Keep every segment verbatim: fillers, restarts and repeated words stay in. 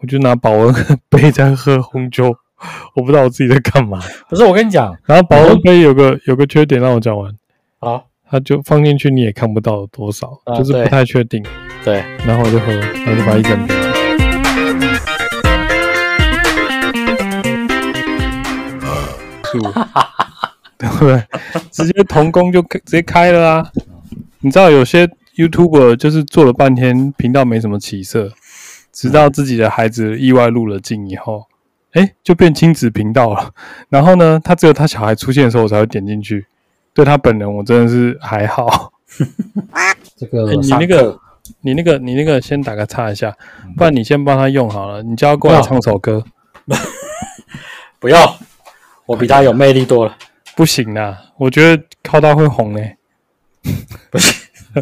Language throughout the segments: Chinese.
我就拿保温杯在喝红酒，我不知道我自己在干嘛。 不是我跟你讲， 然后保温杯有个有个缺点，让我讲完。 好， 它就放进去你也看不到有多少， 啊、 就是不太确定。 对， 然后我就喝，然后就把一整杯。是我，对不对？直接童工就直接开了啊！你知道有些 YouTuber 就是做了半天频道没什么起色，直到自己的孩子意外入了境以后，哎，就变亲子频道了。然后呢，他只有他小孩出现的时候，我才会点进去。对他本人，我真的是还好。 这个、 欸、你那个，你那个，你那个，先打个岔一下，不然你先帮他用好了。你叫他过来唱首歌。 不要，我比他有魅力多了。 不行啦，我觉得靠他会红呢、欸。 不行。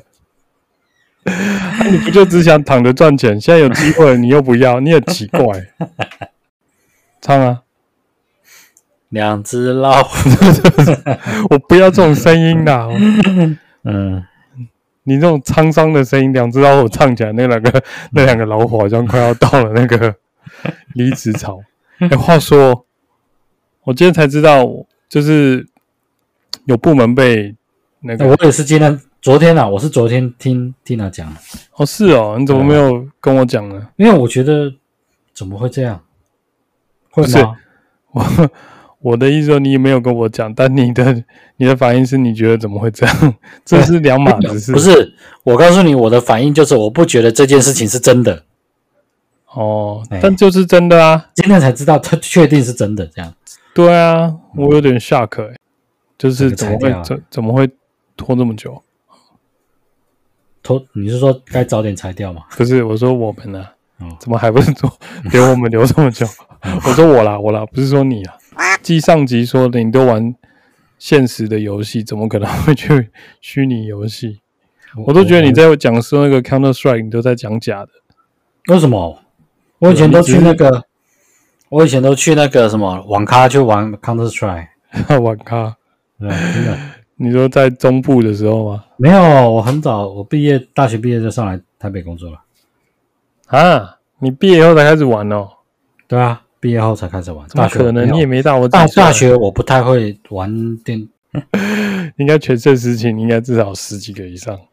啊、你不就只想躺着赚钱？现在有机会你又不要，你很奇怪。唱啊！ 两只老虎， 我不要这种声音啦。 嗯， 你这种沧桑的声音，两只老虎唱起来，那两个那两个老虎好像快要到了那个离子槽。哎、欸，话说，我今天才知道，就是有部门被那个， 欸、我也是今天昨天啊，我是昨天听 Tina 讲的。 哦，是哦，你怎么没有跟我讲呢？ 因为我觉得怎么会这样？会吗？ 我。我的意思说你没有跟我讲，但你的你的反应是你觉得怎么会这样？这是两码子事。 不是，我告诉你，我的反应就是我不觉得这件事情是真的。 哦，但就是真的啊！ 今天才知道，他确定是真的这样。 对啊，我有点 shock 欸，就是怎么会、 这怎怎么会拖这么久？ 拖？你是说该早点裁掉吗？ 不是，我说我们啊， 哦、 怎么还不是做留我们留这么久？我说我啦，我啦，不是说你啦。继上集说的，你都玩现实的游戏，怎么可能会去虚拟游戏？我都觉得你在讲说那个 Counter Strike， 你都在讲假的。 为什么？我以前都去那个，我以前都去那个什么网咖去玩 Counter Strike。 网咖？ 对，真的。 你说在中部的时候吗？ 没有，我很早，我毕业大学毕业就上来台北工作了。 啊，你毕业以后才开始玩哦？ 对啊。毕业后才开始玩， 怎么可能？你也没大我大大学我不太会玩电， 应该全盛时期，应该至少十几个以上。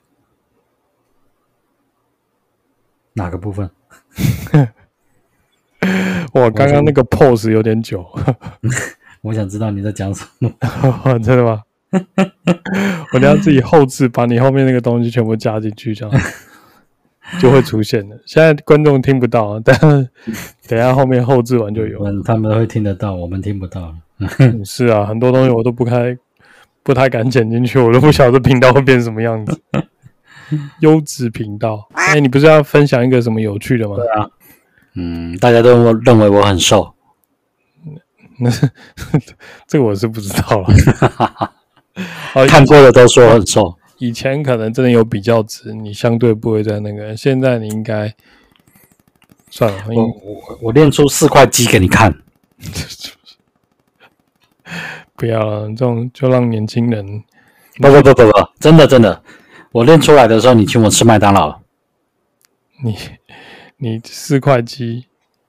哪个部分？ 哇，刚刚那个 pose 有点久。 我想知道你在讲什么。 真的吗？我等一下自己后置，把你后面那个东西全部加进去，这样就会出现了。现在观众听不到，但等一下后面后置完就有。 嗯，他们会听得到，我们听不到。 是啊，很多东西我都不开，不太敢剪进去，我都不晓得频道会变什么样子。优质频道，哎、欸，你不是要分享一个什么有趣的吗？ 对啊，嗯，大家都认为我很瘦， 那这个我是不知道了。 哦、看过的都说很瘦。 以前可能真的有比较值，你相对不会在那个，现在你应该算了。 我我我练出四块肌给你看。 不要了，这种就让年轻人。 不不不不不，真的真的，我练出来的时候，你请我吃麦当劳。 你你四块肌，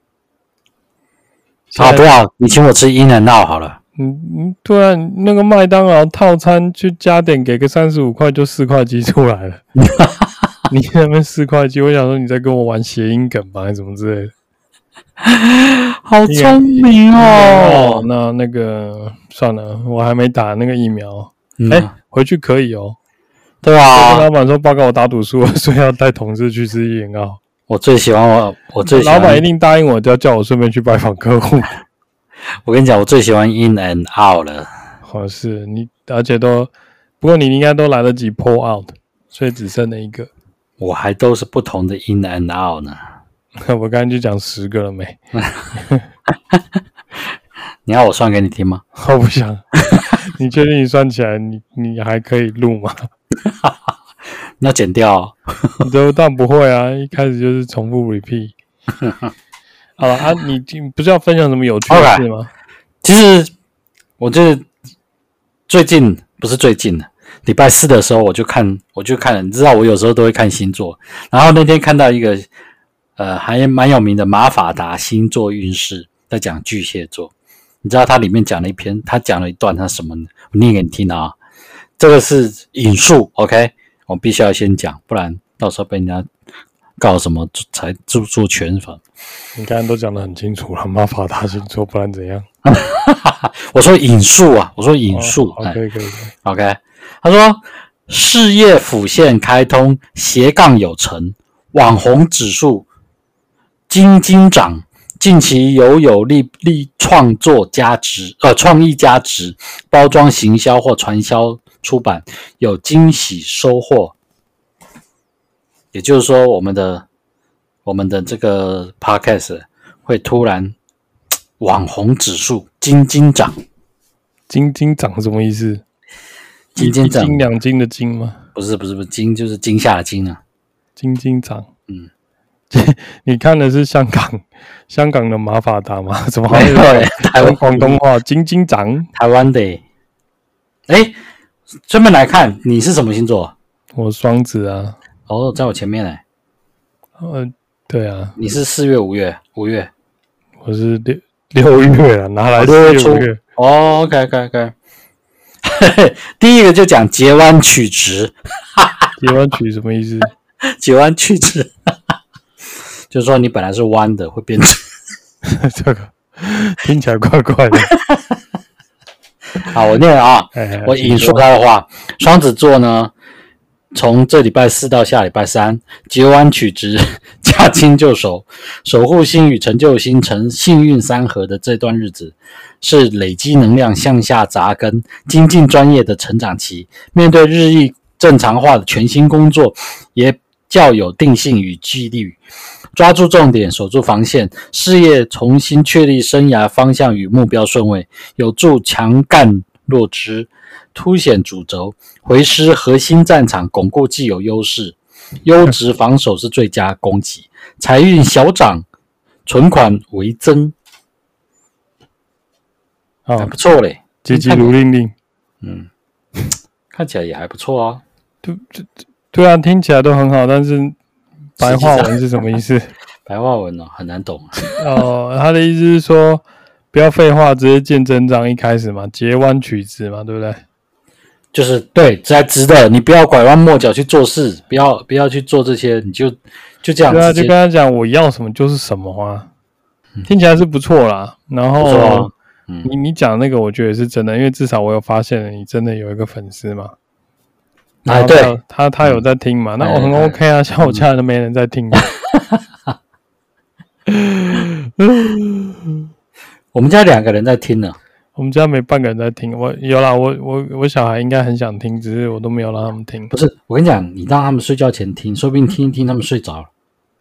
好不好？你请我吃 In and Out 好了。 嗯嗯，对啊，那个麦当劳套餐去加点给个三十五块，就四块肌出来了。你那边四块肌，我想说你在跟我玩谐音梗吧，还是什么之类的。 好聪明哦！ 那那个算了，我还没打那个疫苗。哎、 嗯欸，回去可以哦。 对啊， 我跟老板说，报告我打赌输了，所以要带同事去吃饮料。 我最喜欢我，我最喜欢老板一定答应我，都要叫我顺便去拜访客户。 我跟你讲，我最喜欢 In and Out 了。 好，是你，而且都，不过你应该都来得及 pull out， 所以只剩了一个。 我还都是不同的 In and Out 呢。 我刚才就讲十个了没？ 你要我算给你听吗？ 我不想。你确定你算起来，你你还可以录吗？ 你要剪掉、哦？ 你都当然不会啊，一开始就是重复 repeat。好了啊，你不是要分享什么有趣的事吗？ Okay. 其实我这最近不是最近的，礼拜四的时候我就看，我就看了。你知道我有时候都会看星座，然后那天看到一个呃还蛮有名的马法达星座运势，在讲巨蟹座。你知道他里面讲了一篇，他讲了一段他什么呢？我念给你听啊。这个是引述 ，OK， 我必须要先讲，不然到时候被人家告什么才著作权法。 你刚才都讲得很清楚了，马法达星座，不然怎样？ 我说引述啊，我说引述， 哦、可以可以 ，OK。他说事业辅线开通，斜杠有成，网红指数金金涨。近期有有利利创作价值，呃，创意价值，包装行销或传销出版有惊喜收获。也就是说，我们的我们的这个 podcast 会突然网红指数金金涨， 金金涨什么意思？ 金金涨， 一斤两斤的斤吗？ 不是不是不是，金就是惊吓的惊啊， 金金涨， 嗯。 你看的是香港香港的马法达吗？怎么好像有台湾广东话金金涨？ 台湾的诶，哎，顺便来看，你是什么星座？ 我双子啊。 哦，在我前面诶。 呃，对啊。 你是四月、五月、五月？ 我是六六月啊，拿来六月初。哦 ，OK OK OK。第一个就讲截弯曲直。 截弯曲什么意思？ 截弯曲直。就是说你本来是弯的，会变直。 这个听起来怪怪的。 好，我念了啊，我引述他的话：双子座呢，从这礼拜四到下礼拜三，截弯曲直，驾轻就熟，守护星与成就星成幸运三合的这段日子，是累积能量向下扎根、精进专业的成长期。面对日益正常化的全新工作，也较有定性与纪律。抓住重点，守住防线，事业重新确立生涯方向与目标顺位，有助强干弱枝，凸显主轴，回师核心战场，巩固既有优势。优质防守是最佳攻击，财运小涨，存款微增， 哦、 还不错嘞， 急急如令令， 嗯，看起来也还不错啊。 对对对啊，听起来都很好，但是。白话文是什么意思？ 白话文哦，很难懂。 哦，他的意思是说，不要废话，直接见真章。一开始嘛，截弯曲直嘛，对不对？ 就是对，在直的，你不要拐弯抹角去做事，不要不要去做这些，你就就这样。 对啊，就跟他讲，我要什么就是什么啊，嗯、听起来是不错啦。然后， 啊嗯、 你你讲那个，我觉得也是真的，因为至少我有发现你真的有一个粉丝嘛。 哎，对， 他他有在听嘛？那我很 OK 啊，像我家人都没人在听。 我们家两个人在听呢， 我们家没半个人在听。我有啦，我我我小孩应该很想听，只是我都没有让他们听。 不是，我跟你讲，你让他们睡觉前听，说不定听一听他们睡着了。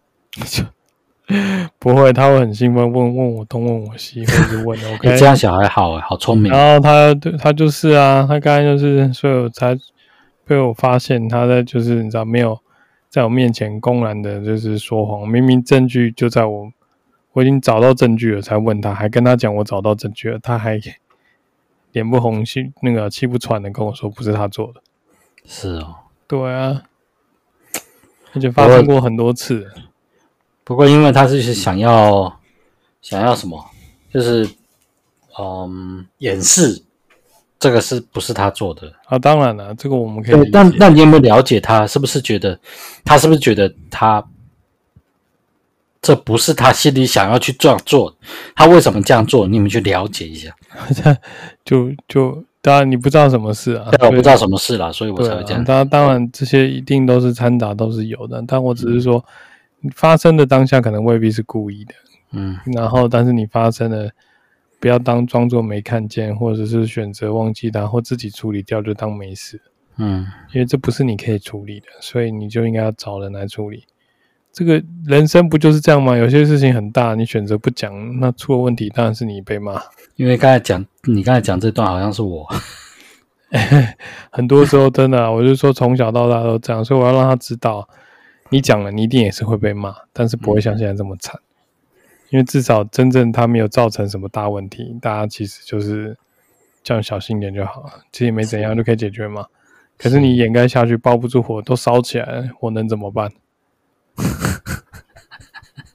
不会，他会很兴奋，问问我东问我西，或者是问 OK、 欸。这样小孩好好聪明。 然后他他就是啊，他刚才就是，所以我才。被我发现他在就是你知道没有在我面前公然的就是说谎，明明证据就在我，我已经找到证据了才问他，还跟他讲我找到证据了，他还脸不红心那个气不喘的跟我说不是他做的。 是哦， 对啊，而且发生过很多次。 不过因为他是想要想要什么，就是嗯掩饰。这个是不是他做的啊？当然了，这个我们可以理解。 但那你有没有了解他？是不是觉得他是不是觉得他这不是他心里想要去这样做？他为什么这样做？你们去了解一下。 就就当然你不知道什么事啊， 对，我不知道什么事啦，所以我才会这样。 啊、当当然这些一定都是掺杂，都是有的。但我只是说，嗯、发生的当下可能未必是故意的， 嗯， 然后但是你发生了。不要当装作没看见，或者是选择忘记它，或自己处理掉就当没事。 嗯， 因为这不是你可以处理的，所以你就应该要找人来处理。这个人生不就是这样吗？有些事情很大，你选择不讲，那出了问题当然是你被骂。 因为刚才讲，你刚才讲这段好像是我， 很多时候真的、啊，我就说从小到大都这样，所以我要让他知道，你讲了，你一定也是会被骂，但是不会像现在这么惨。因为至少真正他没有造成什么大问题，大家其实就是这样小心一点就好了，其实也没怎样就可以解决嘛。可是你掩盖下去，包不住火，都烧起来了，我能怎么办？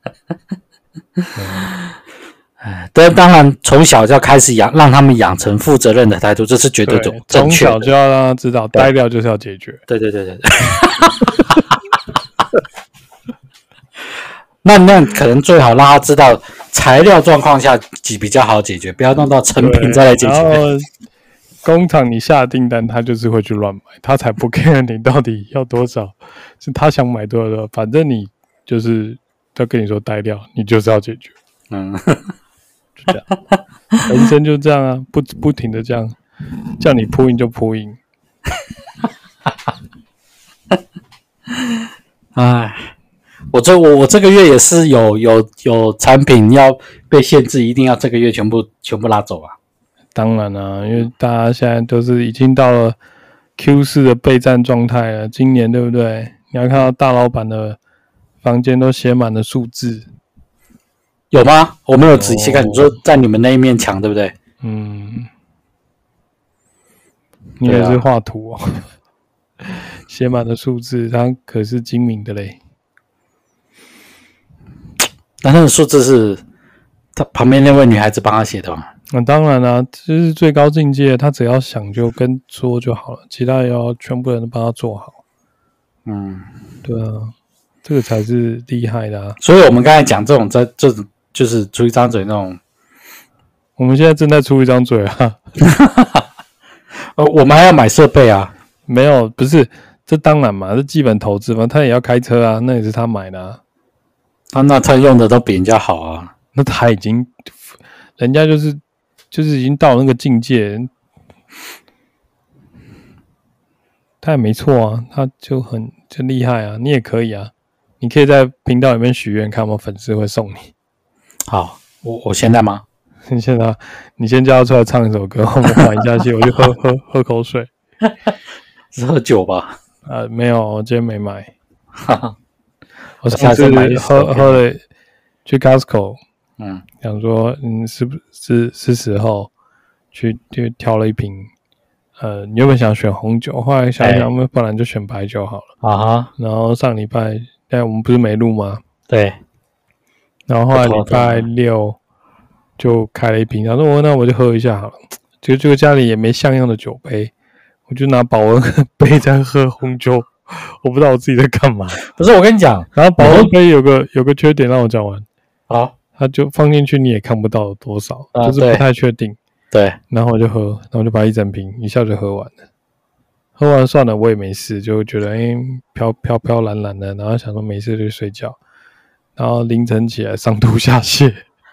哎，但当然从小就要开始养，让他们养成负责任的态度，这是绝对正确的。 从小就要让他知道，呆掉就是要解决。 对对对对对。那那可能最好让他知道材料状况下比较好解决，不要弄到成品再来解决。 然后工厂你下订单，他就是会去乱买，他才不 care 你到底要多少，是他想买多少多少，反正你就是他跟你说呆掉，你就是要解决。 嗯。 就这样，人生就这样啊，不不停的这样，叫你扑赢就扑赢。 哎，我这我我这个月也是有有有产品要被限制，一定要这个月全部全部拉走啊。 当然啦、啊，因为大家现在都是已经到了 Q 四 的备战状态了，今年对不对？你要看到大老板的房间都写满了数字。 有吗？我没有仔细看。你说在你们那一面墙，对不对？ 嗯，你也是画图哦，写满了数字，它可是精明的嘞。 那那个数字是他旁边那位女孩子帮他写的吗？ 那、嗯、当然啦、啊，这是最高境界，他只要想就跟说就好了，其他也要全部人都帮他做好。 嗯， 对啊，这个才是厉害的啊。 所以我们刚才讲这种在这种。就是出一张嘴那种， 我们现在正在出一张嘴啊！ 呃，我们还要买设备啊？ 没有，不是，这当然嘛，这基本投资嘛，他也要开车啊，那也是他买的啊。 他、啊、那他用的都比人家好啊。 那他已经，人家就是就是已经到那个境界，他也没错啊，他就很就厉害啊，你也可以啊，你可以在频道里面许愿，看有没有粉丝会送你。 好，我我现在吗？ 你现在，你先叫他出来唱一首歌，我们缓一下气，我就喝喝喝口水。 是喝酒吧？ 呃，没有，我今天没买。我上次喝喝了，去 Costco， 嗯， 想说，嗯，是不是是时候去去挑了一瓶，呃，你原本想选红酒，后来想一想，欸、不然就选白酒好了。 啊哈。 然后上礼拜，哎，我们不是没录吗？ 对。 然后后来礼拜六就开了一瓶，他说我那我就喝一下好了。结果结果家里也没像样的酒杯，我就拿保温杯在喝红酒，我不知道我自己在干嘛。 不是我跟你讲， 然后保温杯有个有个缺点，让我讲完。 好， 它就放进去你也看不到多少， 啊、 就是不太确定。 对。 然后我就喝，然后就把一整瓶一下就喝完了。喝完算了，我也没事，就觉得哎飘飘飘蓝蓝的，然后想说没事就睡觉。然后凌晨起来上吐下泻，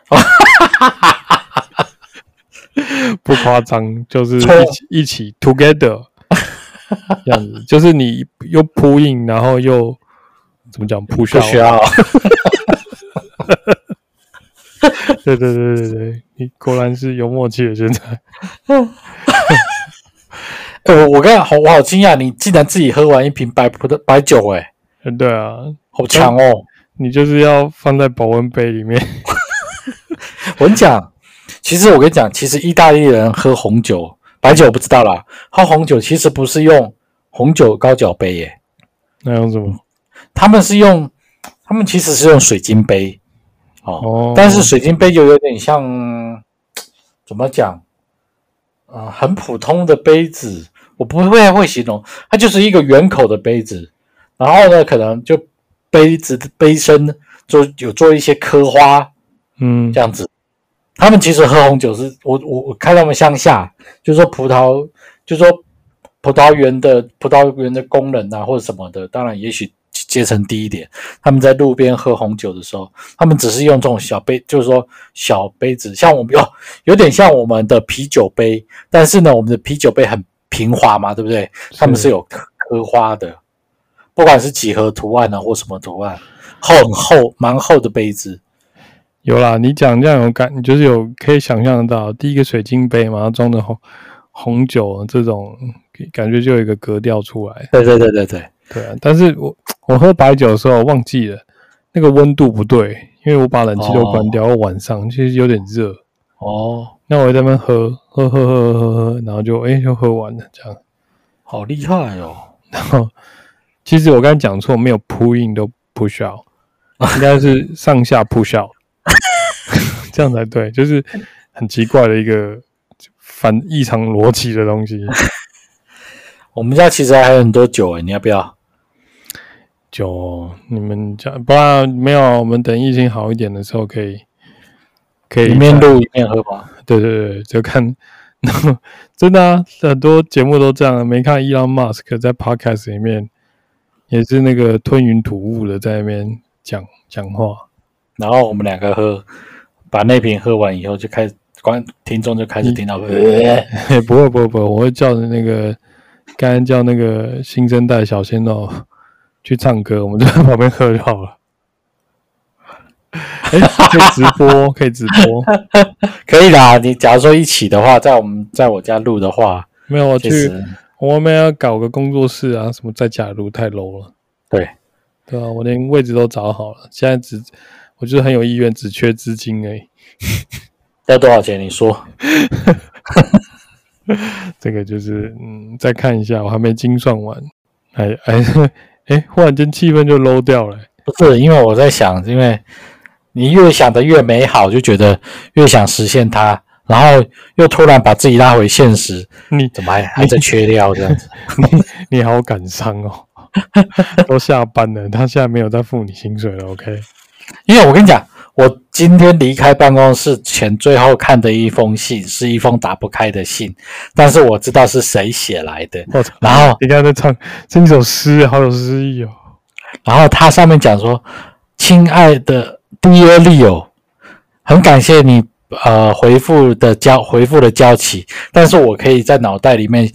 不夸张，就是一起一起 together 这样子，就是你又扑应，然后又怎么讲扑笑， 不需要。 对对对对对，你果然是有默契的。现在， 欸、我我刚好我好惊讶，你竟然自己喝完一瓶白葡的白酒、欸，哎， 对啊， 好强哦。 你就是要放在保温杯里面。 我跟你讲，其实我跟你讲，其实意大利人喝红酒、白酒我不知道啦，喝红酒其实不是用红酒高脚杯耶， 那用什么？ 他们是用，他们其实是用水晶杯，哦， 哦但是水晶杯就有点像，怎么讲？呃，很普通的杯子，我不会会形容，它就是一个圆口的杯子，然后呢，可能就。杯子的杯身做有做一些刻花， 嗯， 这样子。他们其实喝红酒是，我我我看他们乡下，就是说葡萄，就是说葡萄园的葡萄园的工人啊，或者什么的，当然也许阶层低一点，他们在路边喝红酒的时候，他们只是用这种小杯，就是说小杯子，像我们有有点像我们的啤酒杯，但是呢，我们的啤酒杯很平滑嘛，对不对？他们是有刻花的。不管是几何图案啊，或什么图案，厚很厚，蛮厚的杯子。 有啦，你讲这样有感，你就是有可以想象得到，第一个水晶杯嘛，装的红红酒这种感觉就有一个格调出来。 对对对对对对啊！但是我我喝白酒的时候忘记了那个温度不对，因为我把冷气都关掉，哦、晚上其实有点热。 哦， 那我在那边喝喝喝喝喝喝，然后就哎就喝完了，这样。 好厉害哦！ 然后。其实我刚才讲错，没有 pull in 都 push out， 应该是上下 push out。 这样才对，就是很奇怪的一个反异常逻辑的东西。 我们家其实还有很多酒诶，你要不要？ 酒，你们家不然没有，我们等疫情好一点的时候可以可以一面录一面喝吧。 对对对，就看真的啊，很多节目都这样。没看 Elon Musk 在 Podcast 里面也是那个吞云吐雾的在那边讲讲话， 然后我们两个喝，把那瓶喝完以后就开始，观听众就开始听到，呃、 不会不会不会，我会叫那个刚才叫那个新生代小鲜肉去唱歌，我们就在旁边喝就好了。哎，可以直播，可以直播， 可以啦。你假如说一起的话，在我们在我家录的话， 没有我去，我们要搞个工作室啊，什么在家录太 low 了。 对， 对啊，我连位置都找好了，现在只我就是很有意愿，只缺资金而已。 要多少钱？你说。 这个就是嗯，再看一下，我还没精算完。哎哎哎，忽然间气氛就 low 掉了。 不是，因为我在想，因为你越想的越美好，就觉得越想实现它，然后又突然把自己拉回现实， 你怎么还还在缺料这样子？ 你, 你好感伤哦，都下班了，他现在没有在付你薪水了 ，OK？ 因为我跟你讲，我今天离开办公室前最后看的一封信是一封打不开的信，但是我知道是谁写来的。然后你刚才在唱，是一首诗，好有诗意哦。 然后它上面讲说：“亲爱的 Dear Leo， 很感谢你呃回复的交回复的交期，但是我可以在脑袋里面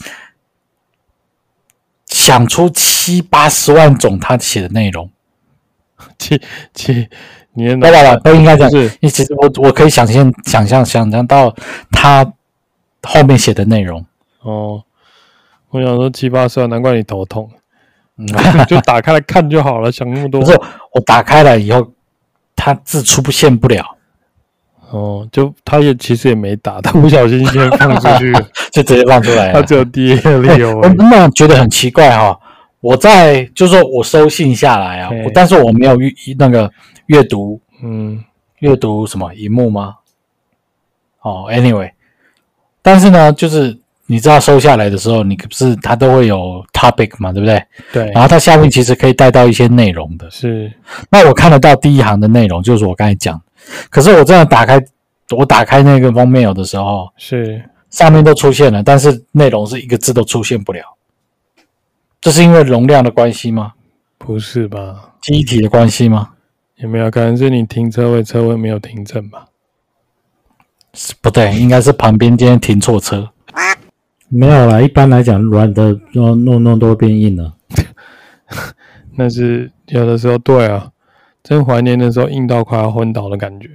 想出七八十万种他写的内容。 七七，你的对吧？都应该讲是，你其实我我可以想象想象想象到他后面写的内容。 哦，我想说七八十万，难怪你头痛。”就打开来看就好了，想那么多。 不是，我打开了以后，他字出不现不了。 哦，就他也其实也没打，他不小心先放出去， 就直接放出来了。 他只有第一个理由。 我那觉得很奇怪哈、哦，我在就是说我收信下来啊，我但是我没有阅那个阅读，嗯，阅读什么荧幕吗？哦 ，anyway， 但是呢，就是。你知道收下来的时候，你不是它都会有 topic 嘛，对不对？ 对。 然后它下面其实可以带到一些内容的。 是。 那我看得到第一行的内容，就是我刚才讲。可是我真的打开，我打开那个封 mail 的时候， 是上面都出现了，但是内容是一个字都出现不了。这是因为容量的关系吗？ 不是吧？ 记忆体的关系吗？ 有没有可能是你停车位车位没有停正吧？ 不对，应该是旁边今天停错车。 没有啦，一般来讲，软的弄弄弄都会变硬了。 那是有的时候，对啊，真怀念那时候硬到快要昏倒的感觉。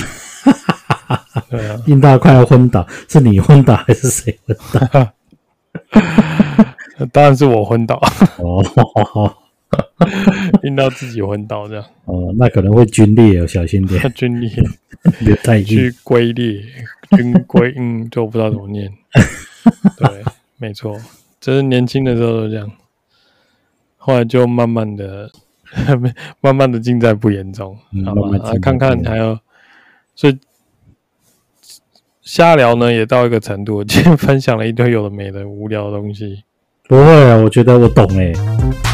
对啊， 硬到快要昏倒，是你昏倒还是谁昏倒？ 当然是我昏倒。 哦， 硬到自己昏倒这样。 哦，那可能会皲裂哦，小心点。 皲裂， 别太硬。 去龟裂，军龟，嗯，就我不知道怎么念。对，没错，这是年轻的时候都这样，后来就慢慢的、慢慢的尽在不言中， 嗯、 好吧？ 慢慢啊，看看还有，所以瞎聊呢也到一个程度，今天分享了一堆有的没的无聊的东西。 不会啊，我觉得我懂哎、欸。